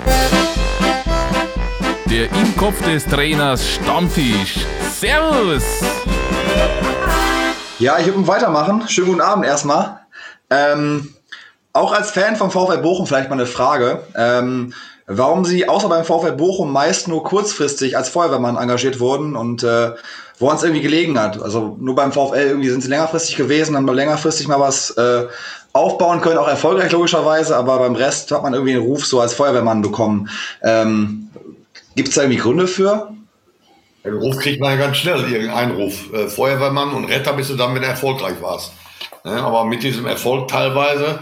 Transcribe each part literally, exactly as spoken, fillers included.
Der im Kopf des Trainers Stammtisch. Servus! Ja, ich würde weitermachen. Schönen guten Abend erstmal. Ähm, auch als Fan vom VfL Bochum vielleicht mal eine Frage. Ähm, warum Sie außer beim VfL Bochum meist nur kurzfristig als Feuerwehrmann engagiert wurden und äh, woran es irgendwie gelegen hat. Also nur beim VfL irgendwie sind Sie längerfristig gewesen, haben längerfristig mal was äh, aufbauen können, auch erfolgreich logischerweise, aber beim Rest hat man irgendwie einen Ruf so als Feuerwehrmann bekommen. Ähm, Gibt es da irgendwie Gründe für? Den Ruf kriegt man ja ganz schnell, irgendeinen Ruf. Äh, Feuerwehrmann und Retter bist du dann, wenn du erfolgreich warst. Ja, aber mit diesem Erfolg teilweise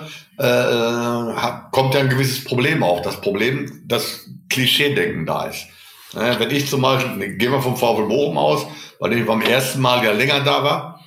äh, hat, kommt ja ein gewisses Problem auf. Das Problem, dass Klischee-Denken da ist. Ja, wenn ich zum Beispiel, gehen wir vom VfL Bochum aus, bei dem ich beim ersten Mal ja länger da war,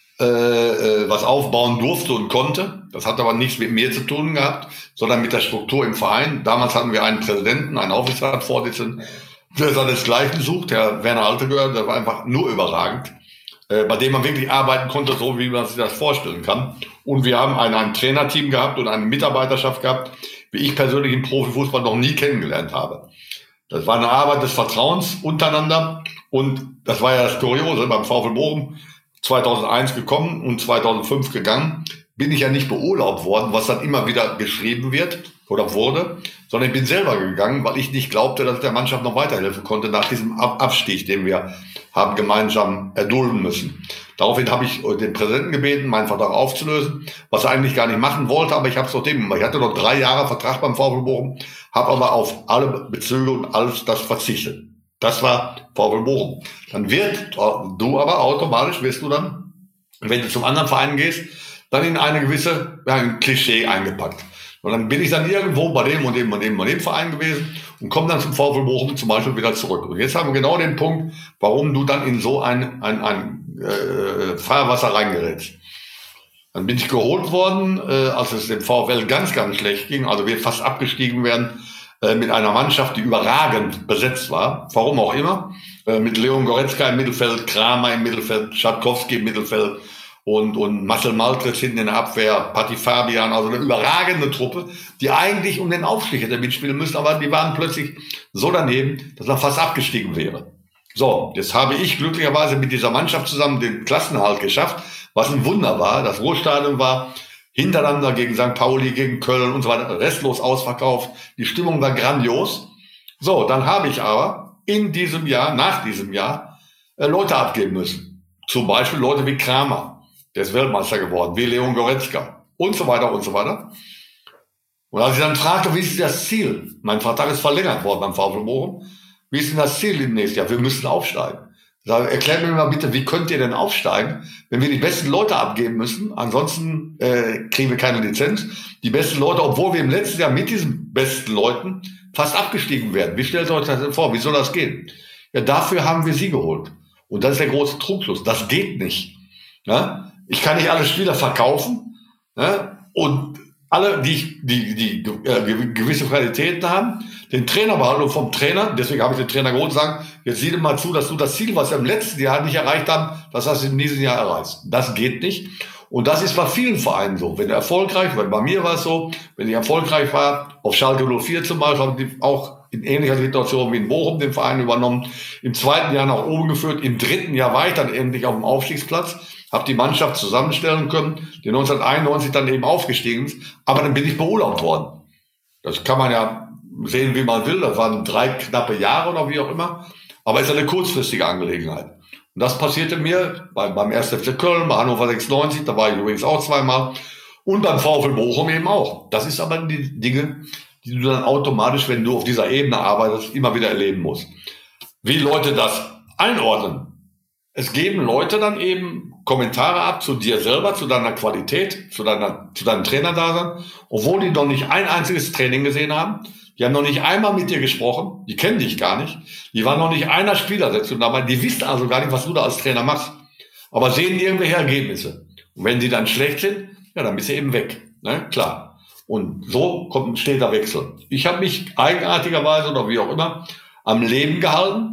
äh, was aufbauen durfte und konnte. Das hat aber nichts mit mir zu tun gehabt, sondern mit der Struktur im Verein. Damals hatten wir einen Präsidenten, einen Aufsichtsratsvorsitzenden, der seinesgleichen sucht, der Werner Altegör, der war einfach nur überragend, äh, bei dem man wirklich arbeiten konnte, so wie man sich das vorstellen kann. Und wir haben ein, ein Trainerteam gehabt und eine Mitarbeiterschaft gehabt, wie ich persönlich im Profifußball noch nie kennengelernt habe. Das war eine Arbeit des Vertrauens untereinander und das war ja das Kuriose beim VfL Bochum, zweitausendeins gekommen und zweitausendfünf gegangen, bin ich ja nicht beurlaubt worden, was dann immer wieder geschrieben wird oder wurde, sondern ich bin selber gegangen, weil ich nicht glaubte, dass ich der Mannschaft noch weiterhelfen konnte nach diesem Abstieg, den wir haben gemeinsam erdulden müssen. Daraufhin habe ich den Präsidenten gebeten, meinen Vertrag aufzulösen, was er eigentlich gar nicht machen wollte, aber ich habe es trotzdem gemacht. Ich hatte noch drei Jahre Vertrag beim VfL Bochum, habe aber auf alle Bezüge und alles das verzichtet. Das war VfL Bochum. Dann wird du aber automatisch, wirst du dann, wenn du zum anderen Verein gehst, dann in eine gewisse, ja, ein Klischee eingepackt. Und dann bin ich dann irgendwo bei dem und dem und dem und dem Verein gewesen und komme dann zum VfL Bochum zum Beispiel wieder zurück. Und jetzt haben wir genau den Punkt, warum du dann in so ein, ein, ein äh, Fahrwasser reingerätst. Dann bin ich geholt worden, äh, als es dem VfL ganz, ganz schlecht ging, also wir fast abgestiegen werden, äh, mit einer Mannschaft, die überragend besetzt war, warum auch immer, äh, mit Leon Goretzka im Mittelfeld, Kramer im Mittelfeld, Schatkowski im Mittelfeld, und, und Marcel Maltritz hinten in der Abwehr, Patti Fabian, also eine überragende Truppe, die eigentlich um den Aufstieg hätte mitspielen müssen, aber die waren plötzlich so daneben, dass man fast abgestiegen wäre. So, jetzt habe ich glücklicherweise mit dieser Mannschaft zusammen den Klassenerhalt geschafft, was ein Wunder war. Das Ruhrstadion war hintereinander gegen Sankt Pauli, gegen Köln und so weiter, restlos ausverkauft. Die Stimmung war grandios. So, dann habe ich aber in diesem Jahr, nach diesem Jahr, äh, Leute abgeben müssen. Zum Beispiel Leute wie Kramer. Der ist Weltmeister geworden, wie Leon Goretzka und so weiter und so weiter. Und als ich dann fragte, wie ist das Ziel? Mein Vertrag ist verlängert worden beim VfL Bochum. Wie ist denn das Ziel im nächsten Jahr? Wir müssen aufsteigen. Da erklärt mir mal bitte, wie könnt ihr denn aufsteigen, wenn wir die besten Leute abgeben müssen? Ansonsten äh, kriegen wir keine Lizenz. Die besten Leute, obwohl wir im letzten Jahr mit diesen besten Leuten fast abgestiegen werden. Wie stellt ihr euch das denn vor? Wie soll das gehen? Ja, dafür haben wir sie geholt. Und das ist der große Trugschluss. Das geht nicht. Ja? Ich kann nicht alle Spieler verkaufen, ne? Und alle, die, die, die äh, gewisse Qualitäten haben, den Trainer behalten und vom Trainer, deswegen habe ich den Trainer geholt, sagen, jetzt sieh dir mal zu, dass du das Ziel, was wir im letzten Jahr nicht erreicht haben, dass das in diesem Jahr erreichst. Das geht nicht. Und das ist bei vielen Vereinen so. Wenn du erfolgreich, weil bei mir war es so, wenn ich erfolgreich war, auf Schalke null vier zum Beispiel, habe ich auch in ähnlicher Situation wie in Bochum den Verein übernommen, im zweiten Jahr nach oben geführt, im dritten Jahr war ich dann endlich auf dem Aufstiegsplatz, habe die Mannschaft zusammenstellen können, die neunzehnhunderteinundneunzig dann eben aufgestiegen ist, aber dann bin ich beurlaubt worden. Das kann man ja sehen, wie man will, das waren drei knappe Jahre oder wie auch immer, aber es ist eine kurzfristige Angelegenheit. Und das passierte mir bei, beim ersten F C Köln, bei Hannover sechsundneunzig, da war ich übrigens auch zweimal, und beim VfL Bochum eben auch. Das ist aber die Dinge, die du dann automatisch, wenn du auf dieser Ebene arbeitest, immer wieder erleben musst. Wie Leute das einordnen. Es geben Leute dann eben Kommentare ab zu dir selber, zu deiner Qualität, zu deiner, zu deinem Trainerdasein, obwohl die noch nicht ein einziges Training gesehen haben. Die haben noch nicht einmal mit dir gesprochen. Die kennen dich gar nicht. Die waren noch nicht einer Spielersetzung dabei. Die wissen also gar nicht, was du da als Trainer machst. Aber sehen irgendwelche Ergebnisse. Und wenn die dann schlecht sind, ja, dann bist du eben weg. Ne? Klar. Und so kommt ein steter Wechsel. Ich habe mich eigenartigerweise oder wie auch immer am Leben gehalten.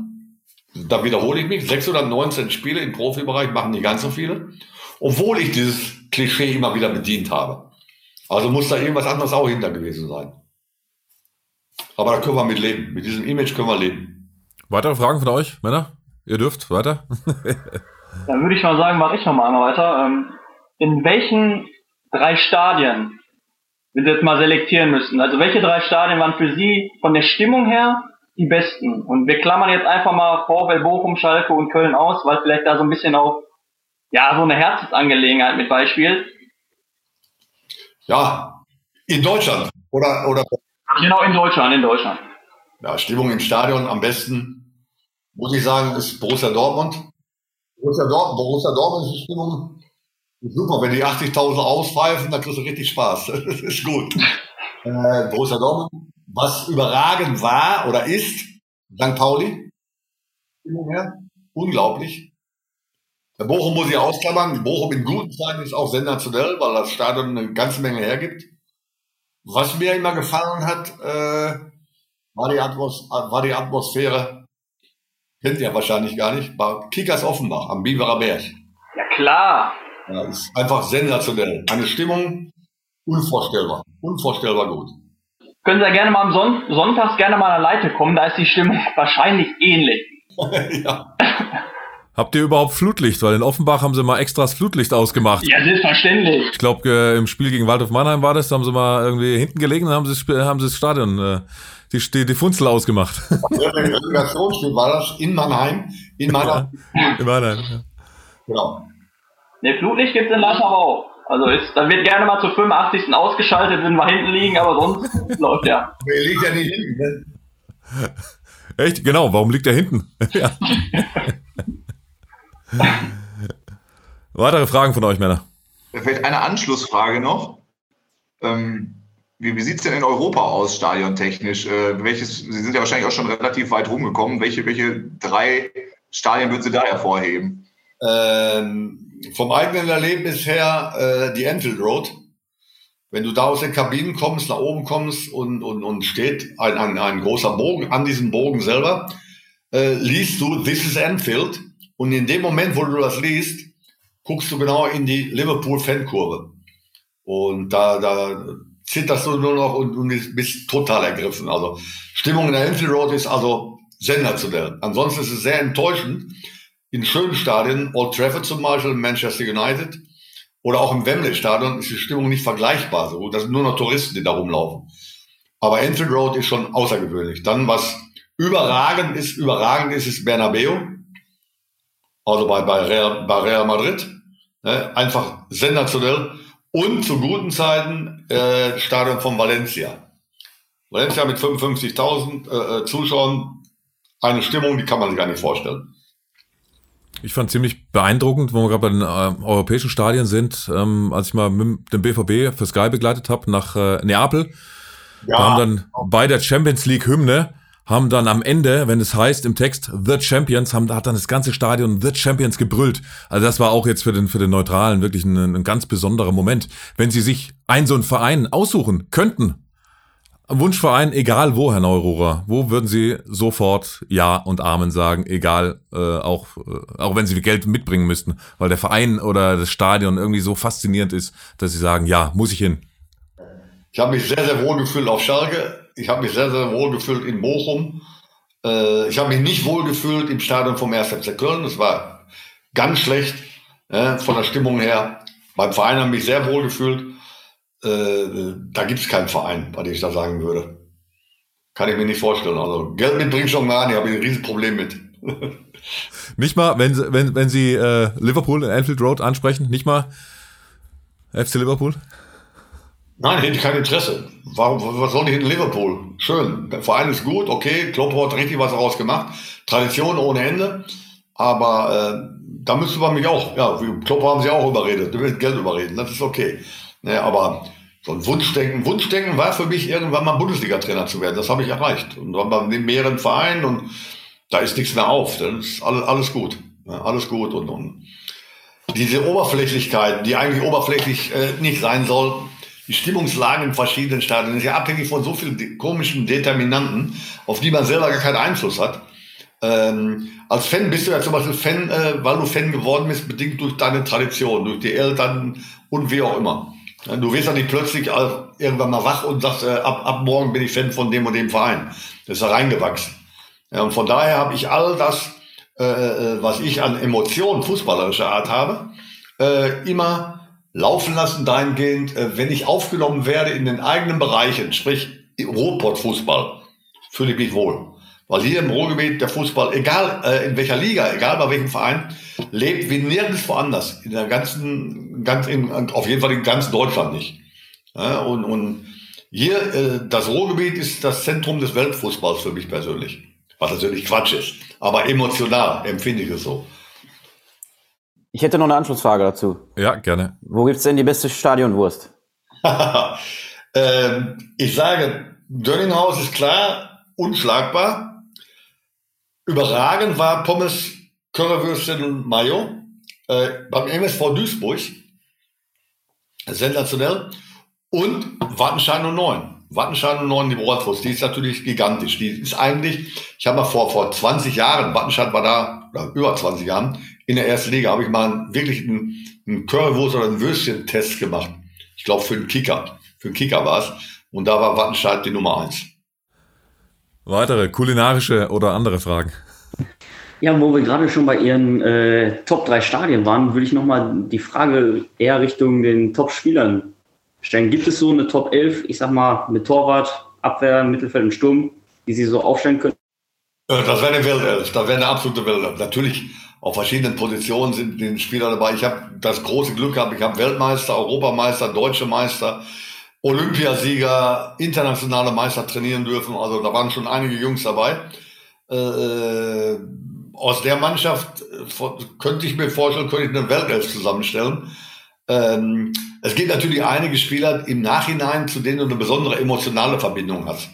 Da wiederhole ich mich. sechshundertneunzehn Spiele im Profibereich machen nicht ganz so viele. Obwohl ich dieses Klischee immer wieder bedient habe. Also muss da irgendwas anderes auch hinter gewesen sein. Aber da können wir mit leben. Mit diesem Image können wir leben. Weitere Fragen von euch, Männer? Ihr dürft weiter. Dann würde ich mal sagen, mache ich noch mal einmal weiter. In welchen drei Stadien, wenn Sie jetzt mal selektieren müssten, also welche drei Stadien waren für Sie von der Stimmung her die besten? Und wir klammern jetzt einfach mal VfL Bochum, Schalke und Köln aus, weil vielleicht da so ein bisschen auch, ja, so eine Herzensangelegenheit mit beispielt. Ja, in Deutschland. Oder, oder. Genau, in Deutschland, in Deutschland. Ja, Stimmung im Stadion am besten, muss ich sagen, ist Borussia Dortmund. Borussia Dortmund, Borussia Dortmund ist die Stimmung super. Wenn die achtzigtausend auspfeifen, dann kriegst du richtig Spaß. Das ist gut. Äh, Borussia Dortmund. Was überragend war oder ist, Sankt Pauli. Stimmung her. Unglaublich. Der Bochum muss ich ausklammern. Bochum in guten Zeiten ist auch sensationell, weil das Stadion eine ganze Menge hergibt. Was mir immer gefallen hat, äh, war, die Atmos- war die Atmosphäre, kennt ihr wahrscheinlich gar nicht, bei Kickers Offenbach am Biberer Berg. Ja, klar. Ja, ist einfach sensationell. Eine Stimmung unvorstellbar. Unvorstellbar gut. Können Sie ja gerne mal am Son- Sonntags gerne mal an der Leite kommen, da ist die Stimmung wahrscheinlich ähnlich. Ja. Habt ihr überhaupt Flutlicht? Weil in Offenbach haben sie mal extra das Flutlicht ausgemacht. Ja, selbstverständlich. Ich glaube, äh, im Spiel gegen Waldhof Mannheim war das, da haben sie mal irgendwie hinten gelegen und haben sie, das- haben sie das Stadion, äh, die, die, die Funzel ausgemacht. Ja, der Relegationsspiel war das in Mannheim, in meiner. In Mannheim, ja. Genau. Ne, Flutlicht gibt's in Leipzig aber auch. Also ist, da wird gerne mal zur fünfundachtzigsten ausgeschaltet, wenn wir hinten liegen, aber sonst läuft ja. Der liegt ja nicht hinten, ne? Echt? Genau, warum liegt der hinten? Ja. Weitere Fragen von euch, Männer? Vielleicht eine Anschlussfrage noch. Ähm, wie wie sieht es denn in Europa aus, stadiontechnisch? Äh, welches, Sie sind ja wahrscheinlich auch schon relativ weit rumgekommen. Welche, welche drei Stadien würden Sie da hervorheben? Ähm, vom eigenen Erlebnis her äh, die Anfield Road. Wenn du da aus den Kabinen kommst, nach oben kommst und, und, und steht ein, ein, ein großer Bogen, an diesem Bogen selber, äh, liest du This is Anfield und in dem Moment, wo du das liest, guckst du genau in die Liverpool-Fankurve. Und da, da zitterst du nur noch und, und bist total ergriffen. Also Stimmung in der Anfield Road ist also sensationell. Ansonsten ist es sehr enttäuschend. In schönen Stadien, Old Trafford zum Beispiel, Manchester United oder auch im Wembley-Stadion ist die Stimmung nicht vergleichbar. So, das sind nur noch Touristen, die da rumlaufen. Aber Anfield Road ist schon außergewöhnlich. Dann, was überragend ist, überragend ist, ist Bernabeu. Also bei, bei, Real, bei Real Madrid. Ne, einfach sensationell. Und zu guten Zeiten äh, Stadion von Valencia. Valencia mit fünfundfünfzigtausend äh, Zuschauern. Eine Stimmung, die kann man sich gar nicht vorstellen. Ich fand ziemlich beeindruckend, wo wir gerade bei den äh, europäischen Stadien sind, ähm, als ich mal mit dem B V B für Sky begleitet habe nach äh, Neapel. Ja. Da haben dann bei der Champions League Hymne, haben dann am Ende, wenn es heißt im Text The Champions, haben, hat dann das ganze Stadion The Champions gebrüllt. Also das war auch jetzt für den, für den Neutralen wirklich ein, ein ganz besonderer Moment. Wenn Sie sich einen so einen Verein aussuchen könnten, Wunschverein, egal wo, Herr Neururer, wo würden Sie sofort Ja und Amen sagen, egal, äh, auch äh, auch wenn Sie Geld mitbringen müssten, weil der Verein oder das Stadion irgendwie so faszinierend ist, dass Sie sagen, ja, muss ich hin. Ich habe mich sehr, sehr wohl gefühlt auf Schalke. Ich habe mich sehr, sehr wohl gefühlt in Bochum. Äh, ich habe mich nicht wohl gefühlt im Stadion vom ersten F C Köln. Das war ganz schlecht äh, von der Stimmung her. Beim Verein habe ich mich sehr wohl gefühlt. Äh, da gibt es keinen Verein, bei dem ich da sagen würde. Kann ich mir nicht vorstellen. Also Geld mitbringen schon gar nicht, habe ich ein Riesenproblem mit. Nicht mal, wenn Sie, wenn, wenn Sie äh, Liverpool in Anfield Road ansprechen, nicht mal F C Liverpool? Nein, hätte ich kein Interesse. Warum, was soll ich in Liverpool? Schön. Der Verein ist gut, okay. Klopp hat richtig was daraus gemacht. Tradition ohne Ende. Aber äh, da müsste man mich auch, ja, Klopp haben sie auch überredet. Du willst Geld überreden, das ist okay. Ne, aber so ein Wunschdenken, Wunschdenken war für mich irgendwann mal Bundesliga-Trainer zu werden. Das habe ich erreicht. Und dann war in mehreren Vereinen und da ist nichts mehr auf. Dann ist alles, alles gut. Ja, alles gut. Und, und diese Oberflächlichkeit, die eigentlich oberflächlich äh, nicht sein soll, die Stimmungslagen in verschiedenen Stadien ist ja abhängig von so vielen komischen Determinanten, auf die man selber gar keinen Einfluss hat. Ähm, als Fan bist du ja zum Beispiel Fan, äh, weil du Fan geworden bist, bedingt durch deine Tradition, durch die Eltern und wie auch immer. Du wirst ja nicht plötzlich irgendwann mal wach und sagst, äh, ab, ab morgen bin ich Fan von dem und dem Verein. Das ist da reingewachsen. Ja, und von daher habe ich all das, äh, was ich an Emotionen fußballerischer Art habe, äh, immer laufen lassen dahingehend, äh, wenn ich aufgenommen werde in den eigenen Bereichen, sprich Ruhrpott-Fußball, fühle ich mich wohl. Weil hier im Ruhrgebiet der Fußball, egal äh, in welcher Liga, egal bei welchem Verein, lebt wie nirgends woanders. In der ganzen, ganz in, auf jeden Fall in ganz Deutschland nicht. Ja, und, und hier, äh, das Ruhrgebiet ist das Zentrum des Weltfußballs für mich persönlich. Was natürlich Quatsch ist. Aber emotional empfinde ich es so. Ich hätte noch eine Anschlussfrage dazu. Ja, gerne. Wo gibt's denn die beste Stadionwurst? ähm, ich sage, Dönninghaus ist klar, unschlagbar. Überragend war Pommes, Currywürstchen und Mayo äh, beim M S V Duisburg. Sensationell. Und Wattenscheid null neun. Wattenscheid null neun, die Bratwurst, die ist natürlich gigantisch. Die ist eigentlich, ich habe mal vor, vor zwanzig Jahren, Wattenscheid war da, oder über zwanzig Jahren, in der ersten Liga, habe ich mal wirklich einen, einen Currywurst- oder einen Würstchen-Test gemacht. Ich glaube, für einen Kicker. Für einen Kicker war es. Und da war Wattenscheid die Nummer eins. Weitere kulinarische oder andere Fragen? Ja, wo wir gerade schon bei Ihren äh, Top drei Stadien waren, würde ich nochmal die Frage eher Richtung den Top-Spielern stellen. Gibt es so eine Top elf, ich sag mal, mit Torwart, Abwehr, Mittelfeld und Sturm, die Sie so aufstellen können? Das wäre eine Weltelf, das wäre eine absolute Weltelf. Natürlich, auf verschiedenen Positionen sind die Spieler dabei. Ich habe das große Glück gehabt, ich habe Weltmeister, Europameister, Deutsche Meister, Olympiasieger, internationale Meister trainieren dürfen. Also da waren schon einige Jungs dabei. Äh, aus der Mannschaft könnte ich mir vorstellen, könnte ich eine Weltelf zusammenstellen. Ähm, es gibt natürlich einige Spieler im Nachhinein, zu denen du eine besondere emotionale Verbindung hast.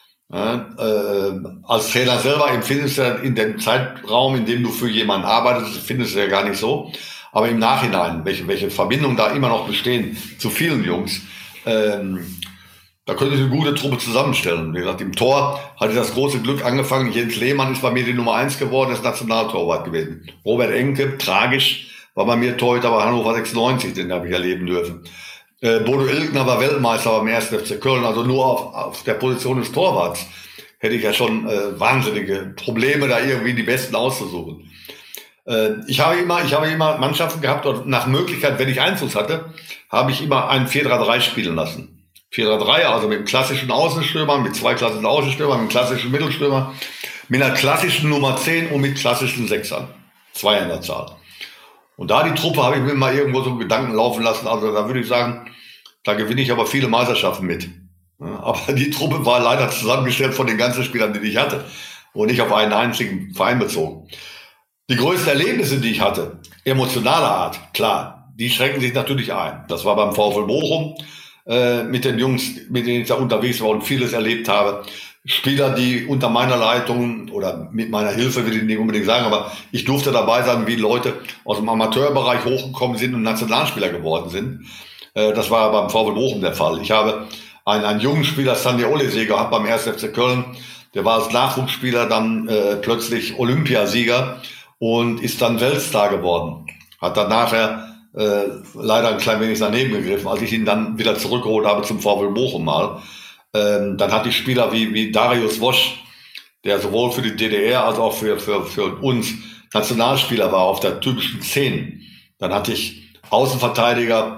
Ja, äh, als Trainer selber empfindest du in dem Zeitraum, in dem du für jemanden arbeitest, findest du ja gar nicht so. Aber im Nachhinein, welche, welche Verbindungen da immer noch bestehen zu vielen Jungs, ähm, da könnte ich eine gute Truppe zusammenstellen. Wie gesagt, im Tor hatte ich das große Glück angefangen. Jens Lehmann ist bei mir die Nummer eins geworden, ist Nationaltorwart gewesen. Robert Enke, tragisch, war bei mir Torhüter bei Hannover sechsundneunzig, den habe ich erleben dürfen. Äh, Bodo Ilgner war Weltmeister beim ersten F C Köln, also nur auf, auf der Position des Torwarts hätte ich ja schon äh, wahnsinnige Probleme, da irgendwie die Besten auszusuchen. Äh, ich habe immer, ich habe immer Mannschaften gehabt und nach Möglichkeit, wenn ich Einfluss hatte, habe ich immer einen vier drei drei spielen lassen. vier drei drei, also mit einem klassischen Außenstürmer, mit zwei klassischen Außenstürmern, mit einem klassischen Mittelstürmer, mit einer klassischen Nummer zehn und mit klassischen Sechsern. Zwei in der Zahl. Und da die Truppe habe ich mir mal irgendwo so Gedanken laufen lassen. Also da würde ich sagen, da gewinne ich aber viele Meisterschaften mit. Ja, aber die Truppe war leider zusammengestellt von den ganzen Spielern, die ich hatte. Und nicht auf einen einzigen Verein bezogen. Die größten Erlebnisse, die ich hatte, emotionaler Art, klar, die schränken sich natürlich ein. Das war beim VfL Bochum äh, mit den Jungs, mit denen ich da unterwegs war und vieles erlebt habe. Spieler, die unter meiner Leitung oder mit meiner Hilfe, will ich nicht unbedingt sagen, aber ich durfte dabei sein, wie Leute aus dem Amateurbereich hochgekommen sind und Nationalspieler geworden sind. Äh, das war beim VfL Bochum der Fall. Ich habe einen, einen jungen Spieler, Sandy Olese, gehabt beim ersten F C Köln. Der war als Nachwuchsspieler dann äh, plötzlich Olympiasieger und ist dann Weltstar geworden. Hat dann nachher äh, leider ein klein wenig daneben gegriffen, als ich ihn dann wieder zurückgeholt habe zum VfL Bochum mal. Ähm, dann hatte ich Spieler wie, wie Darius Wosch, der sowohl für die D D R als auch für, für, für uns Nationalspieler war auf der typischen zehn. Dann hatte ich Außenverteidiger,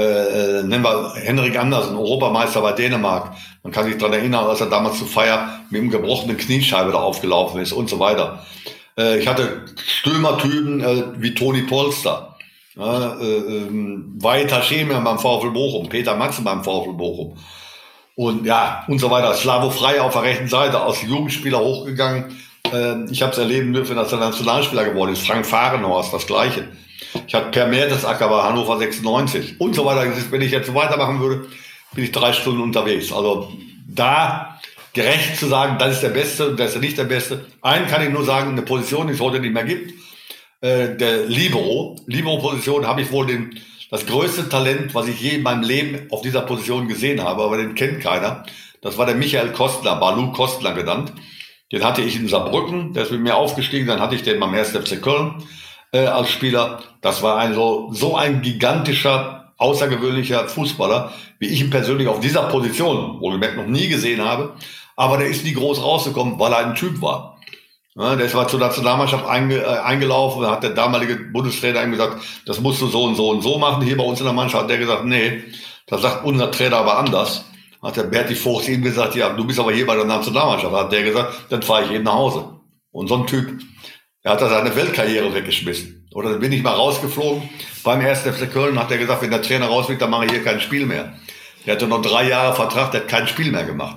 äh, nennen wir Henrik Andersen, Europameister bei Dänemark. Man kann sich daran erinnern, als er damals zur Feier mit einem gebrochenen Kniescheibe da aufgelaufen ist und so weiter. Äh, ich hatte Stürmertypen äh, wie Toni Polster, äh, äh, Walter Schemer beim VfL Bochum, Peter Matzen beim VfL Bochum. Und ja, und so weiter. Slavo Frey auf der rechten Seite, als Jugendspieler hochgegangen. Äh, ich habe es erleben dürfen, dass er Nationalspieler geworden ist. Frank Fahrenhorst, das Gleiche. Ich hatte Per Mertesacker bei Hannover sechsundneunzig und so weiter. Wenn ich jetzt so weitermachen würde, bin ich drei Stunden unterwegs. Also da gerecht zu sagen, das ist der Beste und das ist nicht der Beste. Einen kann ich nur sagen, eine Position, die es heute nicht mehr gibt. Äh, der Libero. Libero-Position habe ich wohl den... Das größte Talent, was ich je in meinem Leben auf dieser Position gesehen habe, aber den kennt keiner, das war der Michael Kostler, Balu Kostler genannt. Den hatte ich in Saarbrücken, der ist mit mir aufgestiegen, dann hatte ich den beim ersten F C Köln äh, als Spieler. Das war ein so, so ein gigantischer außergewöhnlicher Fußballer, wie ich ihn persönlich auf dieser Position, wohlgemerkt, noch nie gesehen habe. Aber der ist nie groß rausgekommen, weil er ein Typ war. Ja, der ist mal zur Nationalmannschaft einge, äh, eingelaufen, da hat der damalige Bundestrainer ihm gesagt, das musst du so und so und so machen. Hier bei uns in der Mannschaft hat der gesagt, nee, das sagt unser Trainer aber anders. Hat der Berti Vogt ihm gesagt, ja, du bist aber hier bei der Nationalmannschaft. Hat der gesagt, dann fahre ich eben nach Hause. Und so ein Typ, der hat da seine Weltkarriere weggeschmissen. Oder dann bin ich mal rausgeflogen. Beim ersten F C Köln hat der gesagt, wenn der Trainer rausfliegt, dann mache ich hier kein Spiel mehr. Der hatte noch drei Jahre Vertrag, der hat kein Spiel mehr gemacht.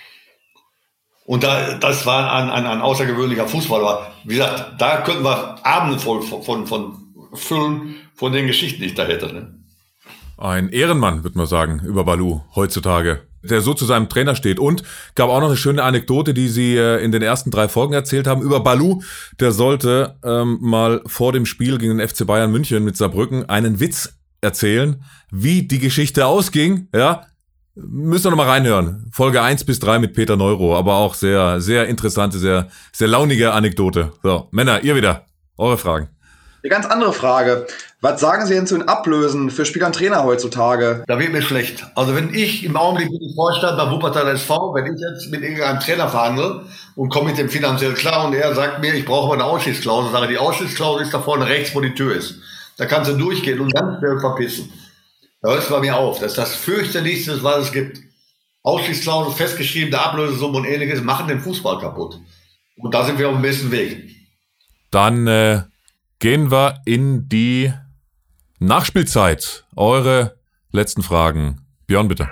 Und da, das war ein, ein, ein außergewöhnlicher Fußballer. Wie gesagt, da könnten wir Abende voll von, von, von füllen von den Geschichten, die ich da hätte. Ne? Ein Ehrenmann, würde man sagen, über Balou heutzutage, der so zu seinem Trainer steht. Und gab auch noch eine schöne Anekdote, die sie äh, in den ersten drei Folgen erzählt haben, über Balou. Der sollte ähm, mal vor dem Spiel gegen den F C Bayern München mit Saarbrücken einen Witz erzählen, wie die Geschichte ausging. Ja, müsst ihr noch mal reinhören. Folge eins bis drei mit Peter Neuro, aber auch sehr, sehr interessante, sehr, sehr launige Anekdote. So, Männer, ihr wieder. Eure Fragen. Eine ganz andere Frage. Was sagen Sie denn zu den Ablösen für Spieler und Trainer heutzutage? Da wird mir schlecht. Also wenn ich im Augenblick bin ich Vorstand bei Wuppertal S V, wenn ich jetzt mit irgendeinem Trainer verhandle und komme mit dem finanziell klar und er sagt mir, ich brauche mal eine Ausschließklausel, sage die Ausschließklausel ist da vorne rechts, wo die Tür ist. Da kannst du durchgehen und ganz schnell verpissen. Da hört es bei mir auf. Das ist das fürchterlichste, was es gibt. Ausschließklausel, festgeschriebene Ablösesumme und ähnliches machen den Fußball kaputt. Und da sind wir auf dem besten Weg. Dann äh, gehen wir in die Nachspielzeit. Eure letzten Fragen. Björn, bitte.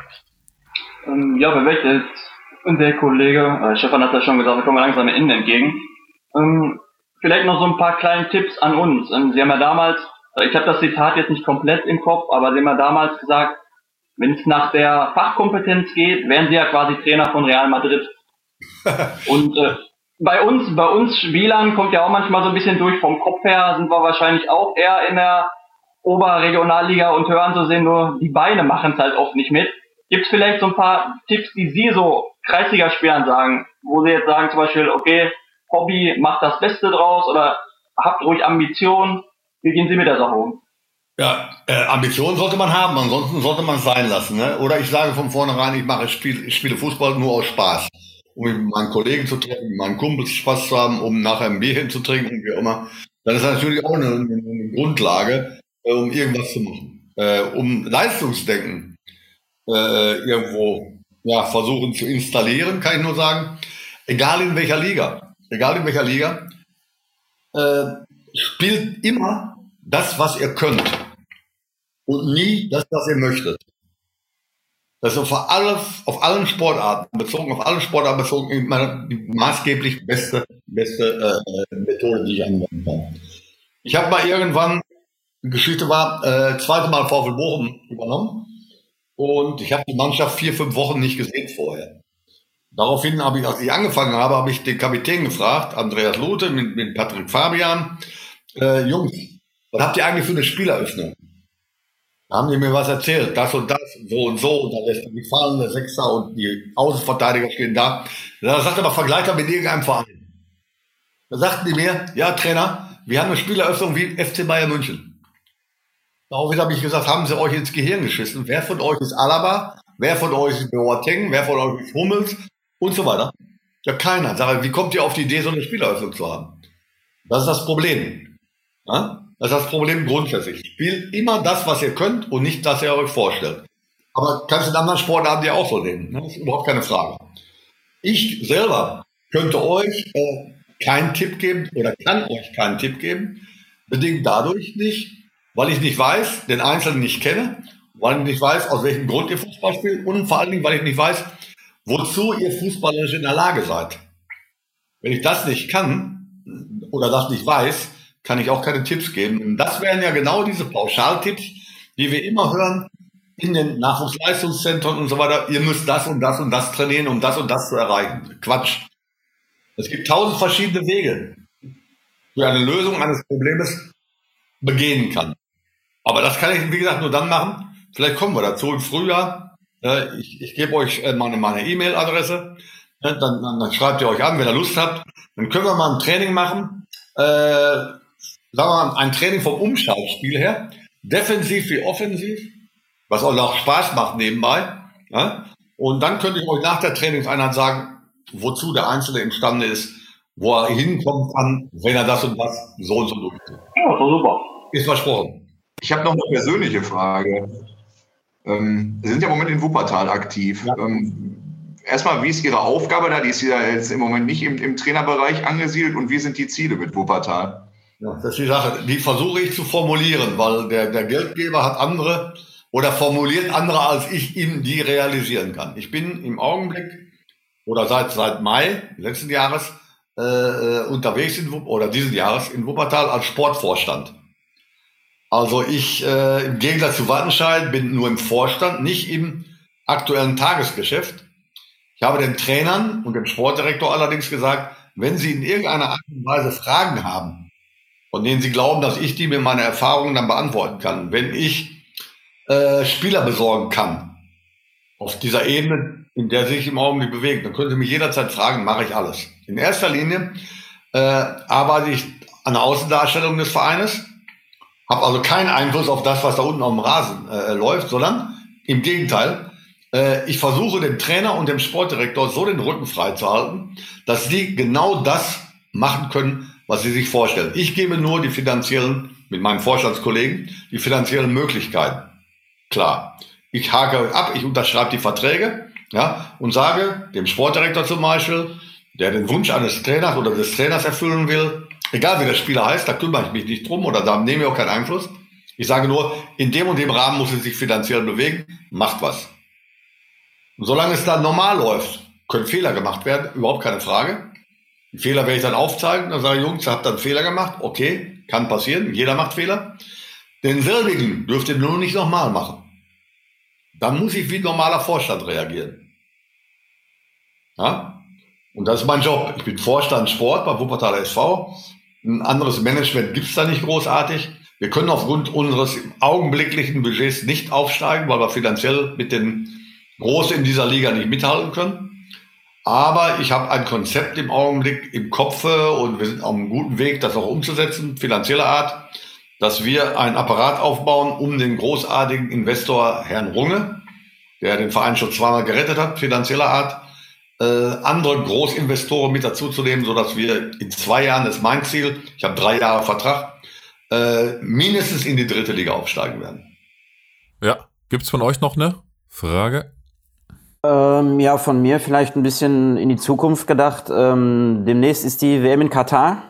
Ähm, ja, perfekt. Und der Kollege, äh, Stefan hat ja schon gesagt, wir kommen langsam am Ende entgegen. Ähm, vielleicht noch so ein paar kleine Tipps an uns. Ähm, Sie haben ja damals, ich habe das Zitat jetzt nicht komplett im Kopf, aber Sie haben ja damals gesagt, wenn es nach der Fachkompetenz geht, wären Sie ja quasi Trainer von Real Madrid. Und äh, bei uns, bei uns Spielern kommt ja auch manchmal so ein bisschen durch, vom Kopf her sind wir wahrscheinlich auch eher in der Oberregionalliga und hören so sehen, nur die Beine machen es halt oft nicht mit. Gibt es vielleicht so ein paar Tipps, die Sie so Kreisligaspielern sagen, wo Sie jetzt sagen zum Beispiel, okay, Hobby, macht das Beste draus oder habt ruhig Ambitionen. Wie gehen Sie mit der Sache um? Ja, äh, Ambitionen sollte man haben, ansonsten sollte man es sein lassen. Ne? Oder ich sage von vornherein, ich mache Spiel, ich spiele Fußball nur aus Spaß. Um mit meinen Kollegen zu treffen, mit meinen Kumpels Spaß zu haben, um nachher ein Bierchen zu trinken und wie auch immer. Dann ist das natürlich auch eine, eine Grundlage, äh, um irgendwas zu machen. Äh, um Leistungsdenken äh, irgendwo ja, versuchen zu installieren, kann ich nur sagen, egal in welcher Liga, egal in welcher Liga, äh, spielt immer das, was ihr könnt und nie das, was ihr möchtet. Das ist auf, alle, auf allen Sportarten bezogen, auf alle Sportarten bezogen, meine, die maßgeblich beste, beste äh, Methode, die ich anwenden kann. Ich habe mal irgendwann, die Geschichte war, äh, zweite Mal VfL Bochum übernommen und ich habe die Mannschaft vier, fünf Wochen nicht gesehen vorher. Daraufhin habe ich, als ich angefangen habe, habe ich den Kapitän gefragt, Andreas Lute mit, mit Patrick Fabian, äh, Jungs, was habt ihr eigentlich für eine Spieleröffnung? Da haben die mir was erzählt, das und das, so und so, und dann lässt er mich fallen, der Sechser und die Außenverteidiger stehen da. Da sagt er mal, vergleicht er mit irgendeinem Verein. Da sagten die mir, ja Trainer, wir haben eine Spieleröffnung wie F C Bayern München. Daraufhin habe ich gesagt, haben sie euch ins Gehirn geschissen? Wer von euch ist Alaba? Wer von euch ist Boateng? Wer von euch ist Hummels? Und so weiter. Ja, keiner. Sag ich, wie kommt ihr auf die Idee, so eine Spieleröffnung zu haben? Das ist das Problem. Ja? Das ist das Problem grundsätzlich. Spielt immer das, was ihr könnt und nicht, das ihr euch vorstellt. Aber kannst du in anderen Sportarten ja auch so nehmen. Das ist überhaupt keine Frage. Ich selber könnte euch äh, keinen Tipp geben oder kann euch keinen Tipp geben. Bedingt dadurch nicht, weil ich nicht weiß, den Einzelnen nicht kenne, weil ich nicht weiß, aus welchem Grund ihr Fußball spielt und vor allen Dingen, weil ich nicht weiß, wozu ihr fußballerisch in der Lage seid. Wenn ich das nicht kann oder das nicht weiß, kann ich auch keine Tipps geben. Und das wären ja genau diese Pauschaltipps, die wir immer hören in den Nachwuchsleistungszentren und so weiter. Ihr müsst das und das und das trainieren, um das und das zu erreichen. Quatsch. Es gibt tausend verschiedene Wege, wie eine Lösung eines Problems begehen kann. Aber das kann ich, wie gesagt, nur dann machen. Vielleicht kommen wir dazu im Frühjahr. Ich, ich gebe euch meine, meine E-Mail-Adresse. Dann, dann, dann schreibt ihr euch an, wenn ihr Lust habt. Dann können wir mal ein Training machen. Äh, sagen wir mal, ein Training vom Umschaltspiel her. Defensiv wie offensiv. was auch noch Spaß macht nebenbei. Ja? Und dann könnte ich euch nach der Trainingseinheit sagen, wozu der Einzelne imstande ist, wo er hinkommen kann, wenn er das und das so und so durchführt. Ja, super. Ist versprochen. Ich habe noch eine persönliche Frage. Ähm, Sie sind ja im Moment in Wuppertal aktiv. Ja. Ähm, erstmal, wie ist Ihre Aufgabe da? Die ist ja jetzt im Moment nicht im, im Trainerbereich angesiedelt. Und wie sind die Ziele mit Wuppertal? Ja, das ist die Sache. Die versuche ich zu formulieren, weil der, der Geldgeber hat andere oder formuliert andere, als ich ihm die realisieren kann. Ich bin im Augenblick oder seit, seit Mai letzten Jahres äh, unterwegs in Wupp- oder diesen Jahres in Wuppertal als Sportvorstand. Also ich, äh, im Gegensatz zu Wattenscheid, bin nur im Vorstand, nicht im aktuellen Tagesgeschäft. Ich habe den Trainern und dem Sportdirektor allerdings gesagt, wenn sie in irgendeiner Art und Weise Fragen haben, von denen sie glauben, dass ich die mit meiner Erfahrung dann beantworten kann, wenn ich äh, Spieler besorgen kann, auf dieser Ebene, in der sich im Augenblick bewegt, dann können sie mich jederzeit fragen, mache ich alles. In erster Linie äh, arbeite ich an der Außendarstellung des Vereines, habe also keinen Einfluss auf das, was da unten auf dem Rasen äh, läuft, sondern im Gegenteil, äh, ich versuche dem Trainer und dem Sportdirektor so den Rücken frei zu halten, dass sie genau das machen können, was sie sich vorstellen. Ich gebe nur die finanziellen, mit meinen Vorstandskollegen, die finanziellen Möglichkeiten. Klar, ich hake ab, ich unterschreibe die Verträge, ja, und sage dem Sportdirektor zum Beispiel, der den Wunsch eines Trainers oder des Trainers erfüllen will, egal wie der Spieler heißt, da kümmere ich mich nicht drum oder da nehme ich auch keinen Einfluss. Ich sage nur, in dem und dem Rahmen muss es sich finanziell bewegen, macht was. Und solange es dann normal läuft, können Fehler gemacht werden, überhaupt keine Frage. Die Fehler werde ich dann aufzeigen, dann sage ich, Jungs, ihr habt dann Fehler gemacht, okay, kann passieren, jeder macht Fehler. Denselbigen dürft ihr nur nicht nochmal machen. Dann muss ich wie normaler Vorstand reagieren. Ja? Und das ist mein Job. Ich bin Vorstand Sport bei Wuppertaler S V. Ein anderes Management gibt es da nicht großartig. Wir können aufgrund unseres augenblicklichen Budgets nicht aufsteigen, weil wir finanziell mit den Großen in dieser Liga nicht mithalten können. Aber ich habe ein Konzept im Augenblick im Kopfe und wir sind auf einem guten Weg, das auch umzusetzen, finanzieller Art, dass wir einen Apparat aufbauen, um den großartigen Investor Herrn Runge, der den Verein schon zweimal gerettet hat, finanzieller Art, äh, andere Großinvestoren mit dazu zu nehmen, sodass wir in zwei Jahren, das ist mein Ziel, ich habe drei Jahre Vertrag, äh, mindestens in die dritte Liga aufsteigen werden. Ja, gibt's von euch noch eine Frage? Ähm, ja, von mir vielleicht ein bisschen in die Zukunft gedacht. Ähm, demnächst ist die W M in Katar.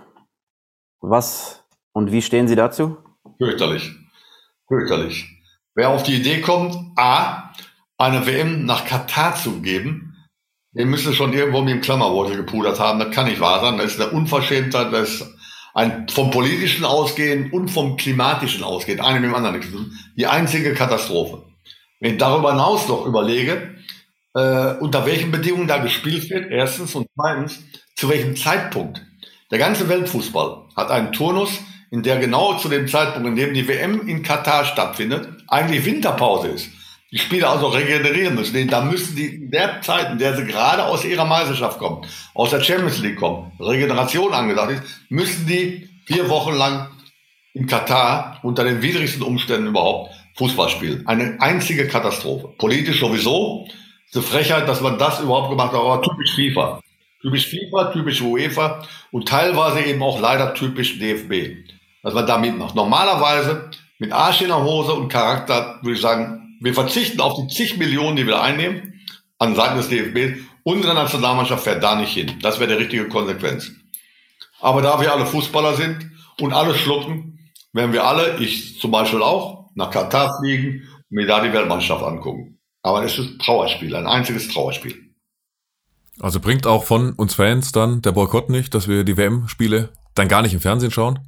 Was und wie stehen Sie dazu? Fürchterlich. Fürchterlich. Wer auf die Idee kommt, A, eine W M nach Katar zu geben, den müsste schon irgendwo mit dem Klammerbeutel gepudert haben. Das kann nicht wahr sein. Das ist eine Unverschämtheit. Das ist ein vom Politischen ausgehen und vom Klimatischen ausgehen. Eine mit dem anderen nichts zu tun. Die einzige Katastrophe. Wenn ich darüber hinaus noch überlege, äh, unter welchen Bedingungen da gespielt wird, erstens, und zweitens, zu welchem Zeitpunkt. Der ganze Weltfußball hat einen Turnus, in der genau zu dem Zeitpunkt, in dem die W M in Katar stattfindet, eigentlich Winterpause ist. Die Spieler also regenerieren müssen. Da müssen die in der Zeit, in der sie gerade aus ihrer Meisterschaft kommen, aus der Champions League kommen, Regeneration angesagt ist, müssen die vier Wochen lang in Katar unter den widrigsten Umständen überhaupt Fußball spielen. Eine einzige Katastrophe. Politisch sowieso. Es ist eine Frechheit, dass man das überhaupt gemacht hat, aber typisch FIFA. Typisch FIFA, typisch UEFA und teilweise eben auch leider typisch D F B. Was man da mitmacht. Normalerweise mit Arsch in der Hose und Charakter würde ich sagen, wir verzichten auf die zig Millionen, die wir einnehmen, an Seiten des D F B. Unsere Nationalmannschaft fährt da nicht hin. Das wäre die richtige Konsequenz. Aber da wir alle Fußballer sind und alle schlucken, werden wir alle, ich zum Beispiel auch, nach Katar fliegen und mir da die Weltmannschaft angucken. Aber es ist ein Trauerspiel, ein einziges Trauerspiel. Also bringt auch von uns Fans dann der Boykott nicht, dass wir die W M-Spiele dann gar nicht im Fernsehen schauen?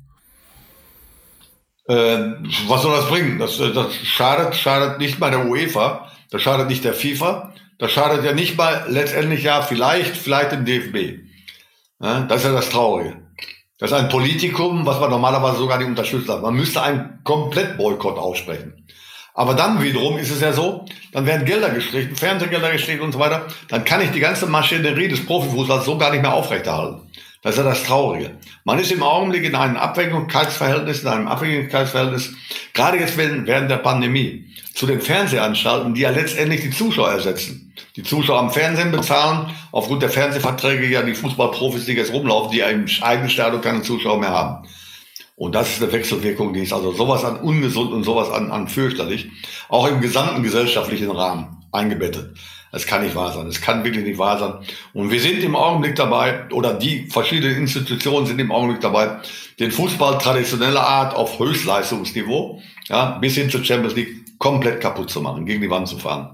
Äh, was soll das bringen? Das, das schadet, schadet nicht mal der UEFA, das schadet nicht der FIFA, das schadet ja nicht mal letztendlich ja vielleicht, vielleicht dem D F B. Ja, das ist ja das Traurige. Das ist ein Politikum, was man normalerweise sogar nicht unterstützt hat. Man müsste einen Komplettboykott aussprechen. Aber dann wiederum ist es ja so, dann werden Gelder gestrichen, Fernsehgelder gestrichen und so weiter. Dann kann ich die ganze Maschinerie des Profifußballs so gar nicht mehr aufrechterhalten. Das ist ja das Traurige. Man ist im Augenblick in einem Abhängigkeitsverhältnis, in einem Abhängigkeitsverhältnis, gerade jetzt während der Pandemie, zu den Fernsehanstalten, die ja letztendlich die Zuschauer ersetzen. Die Zuschauer am Fernsehen bezahlen, aufgrund der Fernsehverträge ja die Fußballprofis, die jetzt rumlaufen, die ja im eigenen Stadion keine Zuschauer mehr haben. Und das ist eine Wechselwirkung, die ist also sowas an ungesund und sowas an, an fürchterlich, auch im gesamten gesellschaftlichen Rahmen eingebettet. Das kann nicht wahr sein. Das kann wirklich nicht wahr sein. Und wir sind im Augenblick dabei, oder die verschiedenen Institutionen sind im Augenblick dabei, den Fußball traditioneller Art auf Höchstleistungsniveau, ja, bis hin zur Champions League komplett kaputt zu machen, gegen die Wand zu fahren.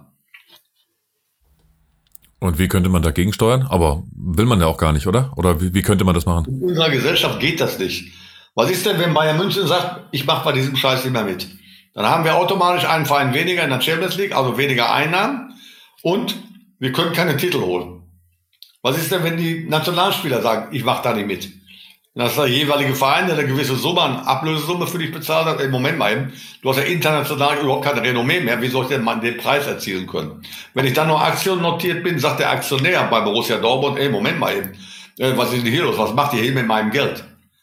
Und wie könnte man dagegen steuern? Aber will man ja auch gar nicht, oder? Oder wie, wie könnte man das machen? In unserer Gesellschaft geht das nicht. Was ist denn, wenn Bayern München sagt, ich mache bei diesem Scheiß nicht mehr mit? Dann haben wir automatisch einen Verein weniger in der Champions League, also weniger Einnahmen. Und wir können keine Titel holen. Was ist denn, wenn die Nationalspieler sagen, ich mache da nicht mit? Dann ist der jeweilige Verein, der eine gewisse Summe an Ablösesumme für dich bezahlt hat. Im Moment mal eben, du hast ja international überhaupt keine Renommee mehr. Wie soll ich denn mal den Preis erzielen können? Wenn ich dann nur Aktien notiert bin, sagt der Aktionär bei Borussia Dortmund, ey, Moment mal eben, was ist denn hier los? Was macht ihr hier mit meinem Geld?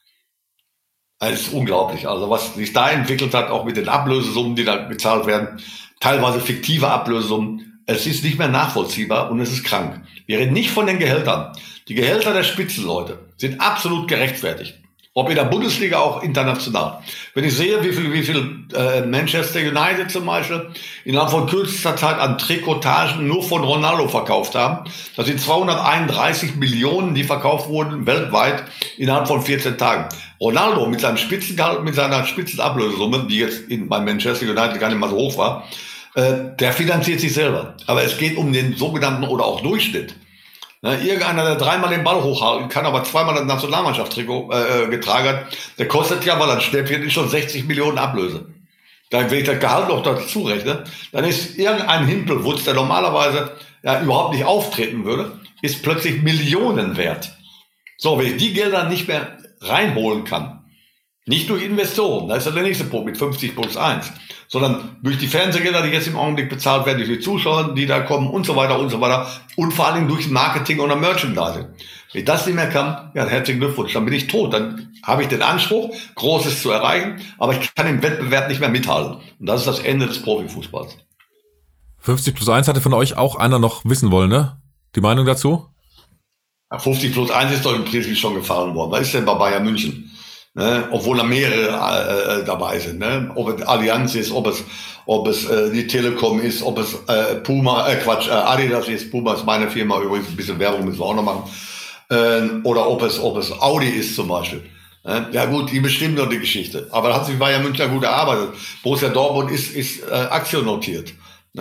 Das ist unglaublich. Also was sich da entwickelt hat, auch mit den Ablösesummen, die da bezahlt werden, teilweise fiktive Ablösesummen, es ist nicht mehr nachvollziehbar und es ist krank. Wir reden nicht von den Gehältern. Die Gehälter der Spitzenleute sind absolut gerechtfertigt. Ob in der Bundesliga, auch international. Wenn ich sehe, wie viel, wie viel äh, Manchester United zum Beispiel innerhalb von kürzester Zeit an Trikotagen nur von Ronaldo verkauft haben, das sind zweihunderteinunddreißig Millionen, die verkauft wurden weltweit innerhalb von vierzehn Tagen. Ronaldo mit seinem Spitzengehalt, mit seiner Spitzenablösesumme, die jetzt in, bei Manchester United gar nicht mal so hoch war, äh, der finanziert sich selber. Aber es geht um den sogenannten oder auch Durchschnitt. Ne, irgendeiner, der dreimal den Ball hochhalten kann, aber zweimal das Nationalmannschaftstrikot äh, getragen hat, der kostet ja, weil er ein Schnäppchen ist, schon sechzig Millionen Ablöse. Dann, wenn ich das Gehalt noch dazu rechne, dann ist irgendein Himpelwutz, der normalerweise ja überhaupt nicht auftreten würde, ist plötzlich Millionen wert. So, wenn ich die Gelder nicht mehr reinholen kann, nicht durch Investoren, da ist ja der nächste Punkt mit fünfzig plus eins, sondern durch die Fernsehgelder, die jetzt im Augenblick bezahlt werden, durch die Zuschauer, die da kommen und so weiter und so weiter und vor allem durch Marketing oder Merchandising. Wenn ich das nicht mehr kann, ja, herzlichen Glückwunsch, dann bin ich tot. Dann habe ich den Anspruch, Großes zu erreichen, aber ich kann im Wettbewerb nicht mehr mithalten. Und das ist das Ende des Profifußballs. fünfzig plus eins hatte von euch auch einer noch wissen wollen, ne? Die Meinung dazu? Ja, fünfzig plus eins ist doch im Prinzip schon gefallen worden. Was ist denn bei Bayern München? Ne, obwohl da mehrere äh, dabei sind, ne? Ob es Allianz ist, ob es ob es äh, die Telekom ist, ob es äh, Puma, äh, Quatsch, äh, Adidas ist, Puma ist meine Firma übrigens, ein bisschen Werbung müssen wir auch noch machen, äh, oder ob es ob es Audi ist zum Beispiel. Ne? Ja gut, die bestimmen doch die Geschichte, aber da hat sich Bayern München gut erarbeitet. Borussia Dortmund ist ist äh, aktiennotiert. Ne,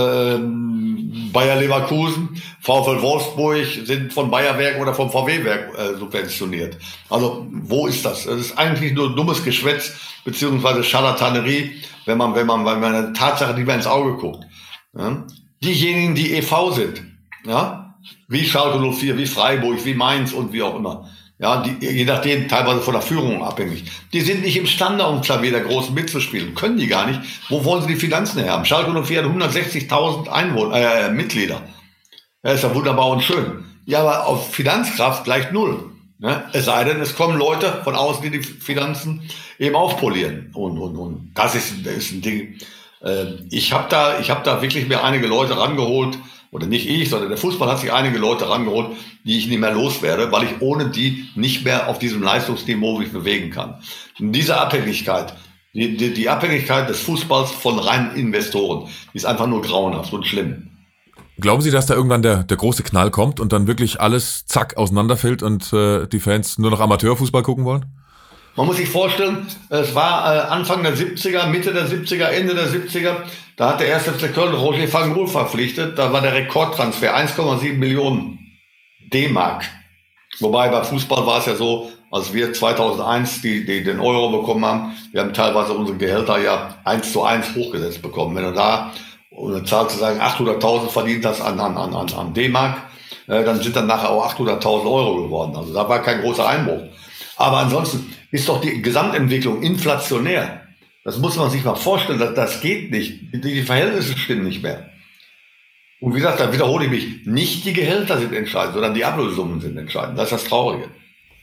äh, Bayer Leverkusen, VfL Wolfsburg sind von Bayerwerk oder vom V W-Werk äh, subventioniert. Also wo ist das? Das ist eigentlich nur dummes Geschwätz beziehungsweise Scharlatanerie, wenn man wenn man wenn man eine Tatsache nicht mehr ins Auge guckt. Ja? Diejenigen, die E V sind, ja, wie Schalke null vier, wie Freiburg, wie Mainz und wie auch immer. Ja, die, je nachdem, teilweise von der Führung abhängig. Die sind nicht imstande, um Klavier der Großen mitzuspielen. Können die gar nicht. Wo wollen sie die Finanzen her haben? Schalke null vier hat hundertsechzigtausend Einwohner, äh, Mitglieder. Ja, ist ja wunderbar und schön. Ja, aber auf Finanzkraft gleich null. Ne? Es sei denn, es kommen Leute von außen, die die Finanzen eben aufpolieren. Und, und, und das ist, das ist ein Ding. Äh, ich habe da, ich habe da wirklich mir einige Leute rangeholt, oder nicht ich, sondern der Fußball hat sich einige Leute rangeholt, die ich nicht mehr loswerde, weil ich ohne die nicht mehr auf diesem Leistungsniveau mich bewegen kann. Und diese Abhängigkeit, die, die, die Abhängigkeit des Fußballs von reinen Investoren, die ist einfach nur grauenhaft und schlimm. Glauben Sie, dass da irgendwann der, der große Knall kommt und dann wirklich alles zack auseinanderfällt und äh, die Fans nur noch Amateurfußball gucken wollen? Man muss sich vorstellen, es war äh, Anfang der siebziger, Mitte der siebziger, Ende der siebziger, da hat der erste F C Köln Roger van Gaal verpflichtet, da war der Rekordtransfer eins Komma sieben Millionen D-Mark. Wobei bei Fußball war es ja so, als wir zweitausendeins die, die den Euro bekommen haben, wir haben teilweise unsere Gehälter ja eins zu eins hochgesetzt bekommen. Wenn du da eine Zahl zu sagen achthunderttausend verdient hast an, an, an, an D-Mark, äh, dann sind dann nachher auch achthunderttausend Euro geworden. Also da war kein großer Einbruch. Aber ansonsten ist doch die Gesamtentwicklung inflationär. Das muss man sich mal vorstellen, das, das geht nicht. Die Verhältnisse stimmen nicht mehr. Und wie gesagt, da wiederhole ich mich, nicht die Gehälter sind entscheidend, sondern die Ablösesummen sind entscheidend. Das ist das Traurige.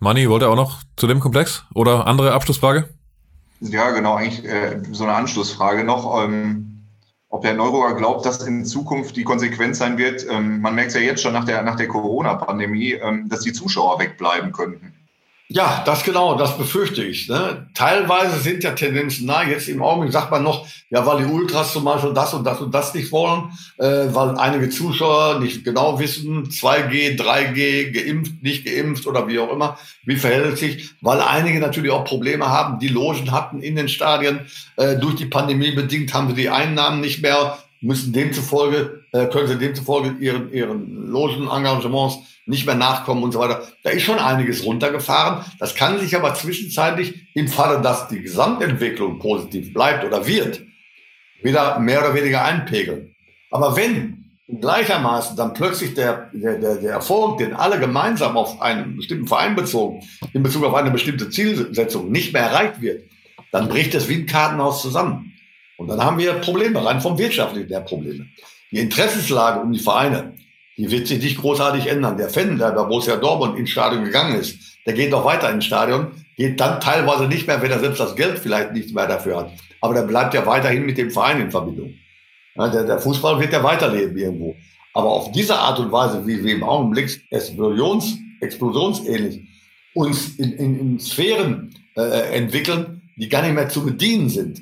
Manni, wollt ihr auch noch zu dem Komplex oder andere Abschlussfrage? Ja, genau, eigentlich äh, so eine Anschlussfrage noch. Ähm Ob Herr Neururer glaubt, dass in Zukunft die Konsequenz sein wird, ähm, man merkt es ja jetzt schon nach der, nach der Corona-Pandemie, ähm, dass die Zuschauer wegbleiben könnten. Ja, das genau, das befürchte ich. Ne? Teilweise sind ja Tendenzen nah. Jetzt im Augenblick sagt man noch, ja, weil die Ultras zum Beispiel das und das und das nicht wollen, äh, weil einige Zuschauer nicht genau wissen, zwei G, drei G, geimpft, nicht geimpft oder wie auch immer, wie verhält es sich, weil einige natürlich auch Probleme haben, die Logen hatten in den Stadien, äh, durch die Pandemie bedingt haben sie die Einnahmen nicht mehr, müssen demzufolge, äh, können sie demzufolge ihren, ihren Logenengagements nicht mehr nachkommen und so weiter. Da ist schon einiges runtergefahren. Das kann sich aber zwischenzeitlich im Falle, dass die Gesamtentwicklung positiv bleibt oder wird, wieder mehr oder weniger einpegeln. Aber wenn gleichermaßen dann plötzlich der, der, der, der Erfolg, den alle gemeinsam auf einen bestimmten Verein bezogen, in Bezug auf eine bestimmte Zielsetzung nicht mehr erreicht wird, dann bricht das wie ein Kartenhaus zusammen. Und dann haben wir Probleme, rein vom Wirtschaftlichen der Probleme. Die Interessenslage um die Vereine, die wird sich nicht großartig ändern. Der Fan, der bei Borussia Dortmund ins Stadion gegangen ist, der geht noch weiter ins Stadion, geht dann teilweise nicht mehr, wenn er selbst das Geld vielleicht nicht mehr dafür hat. Aber der bleibt ja weiterhin mit dem Verein in Verbindung. Ja, der, der Fußball wird ja weiterleben irgendwo. Aber auf diese Art und Weise, wie wir im Augenblick explosions, explosionsähnlich uns in, in, in Sphären äh, entwickeln, die gar nicht mehr zu bedienen sind,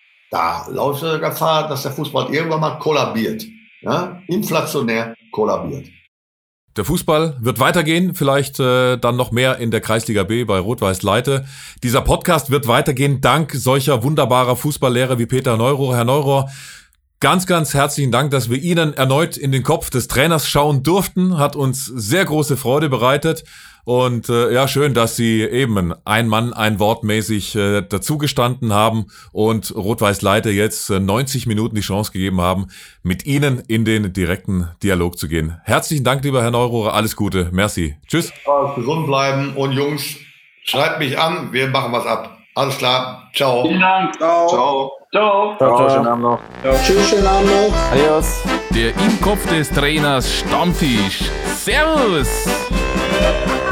da läuft die Gefahr, dass der Fußball irgendwann mal kollabiert. Ja, inflationär kollabiert. Der Fußball wird weitergehen, vielleicht äh, dann noch mehr in der Kreisliga B bei Rot-Weiß Leite. Dieser Podcast wird weitergehen dank solcher wunderbarer Fußballlehrer wie Peter Neururer. Herr Neururer, ganz, ganz herzlichen Dank, dass wir Ihnen erneut in den Kopf des Trainers schauen durften. Hat uns sehr große Freude bereitet. Und äh, ja, schön, dass Sie eben ein Mann, ein Wort mäßig äh, dazugestanden haben und Rot-Weiß Leite jetzt äh, neunzig Minuten die Chance gegeben haben, mit Ihnen in den direkten Dialog zu gehen. Herzlichen Dank, lieber Herr Neururer, alles Gute, merci. Tschüss. Gesund bleiben und Jungs, schreibt mich an, wir machen was ab. Alles klar, ciao. Vielen Dank. Ciao. Ciao. Ciao. Ciao, ciao. Schönen Abend noch. Tschüss, schönen Abend noch. Adios. Der Im Kopf des Trainers Stammtisch. Servus!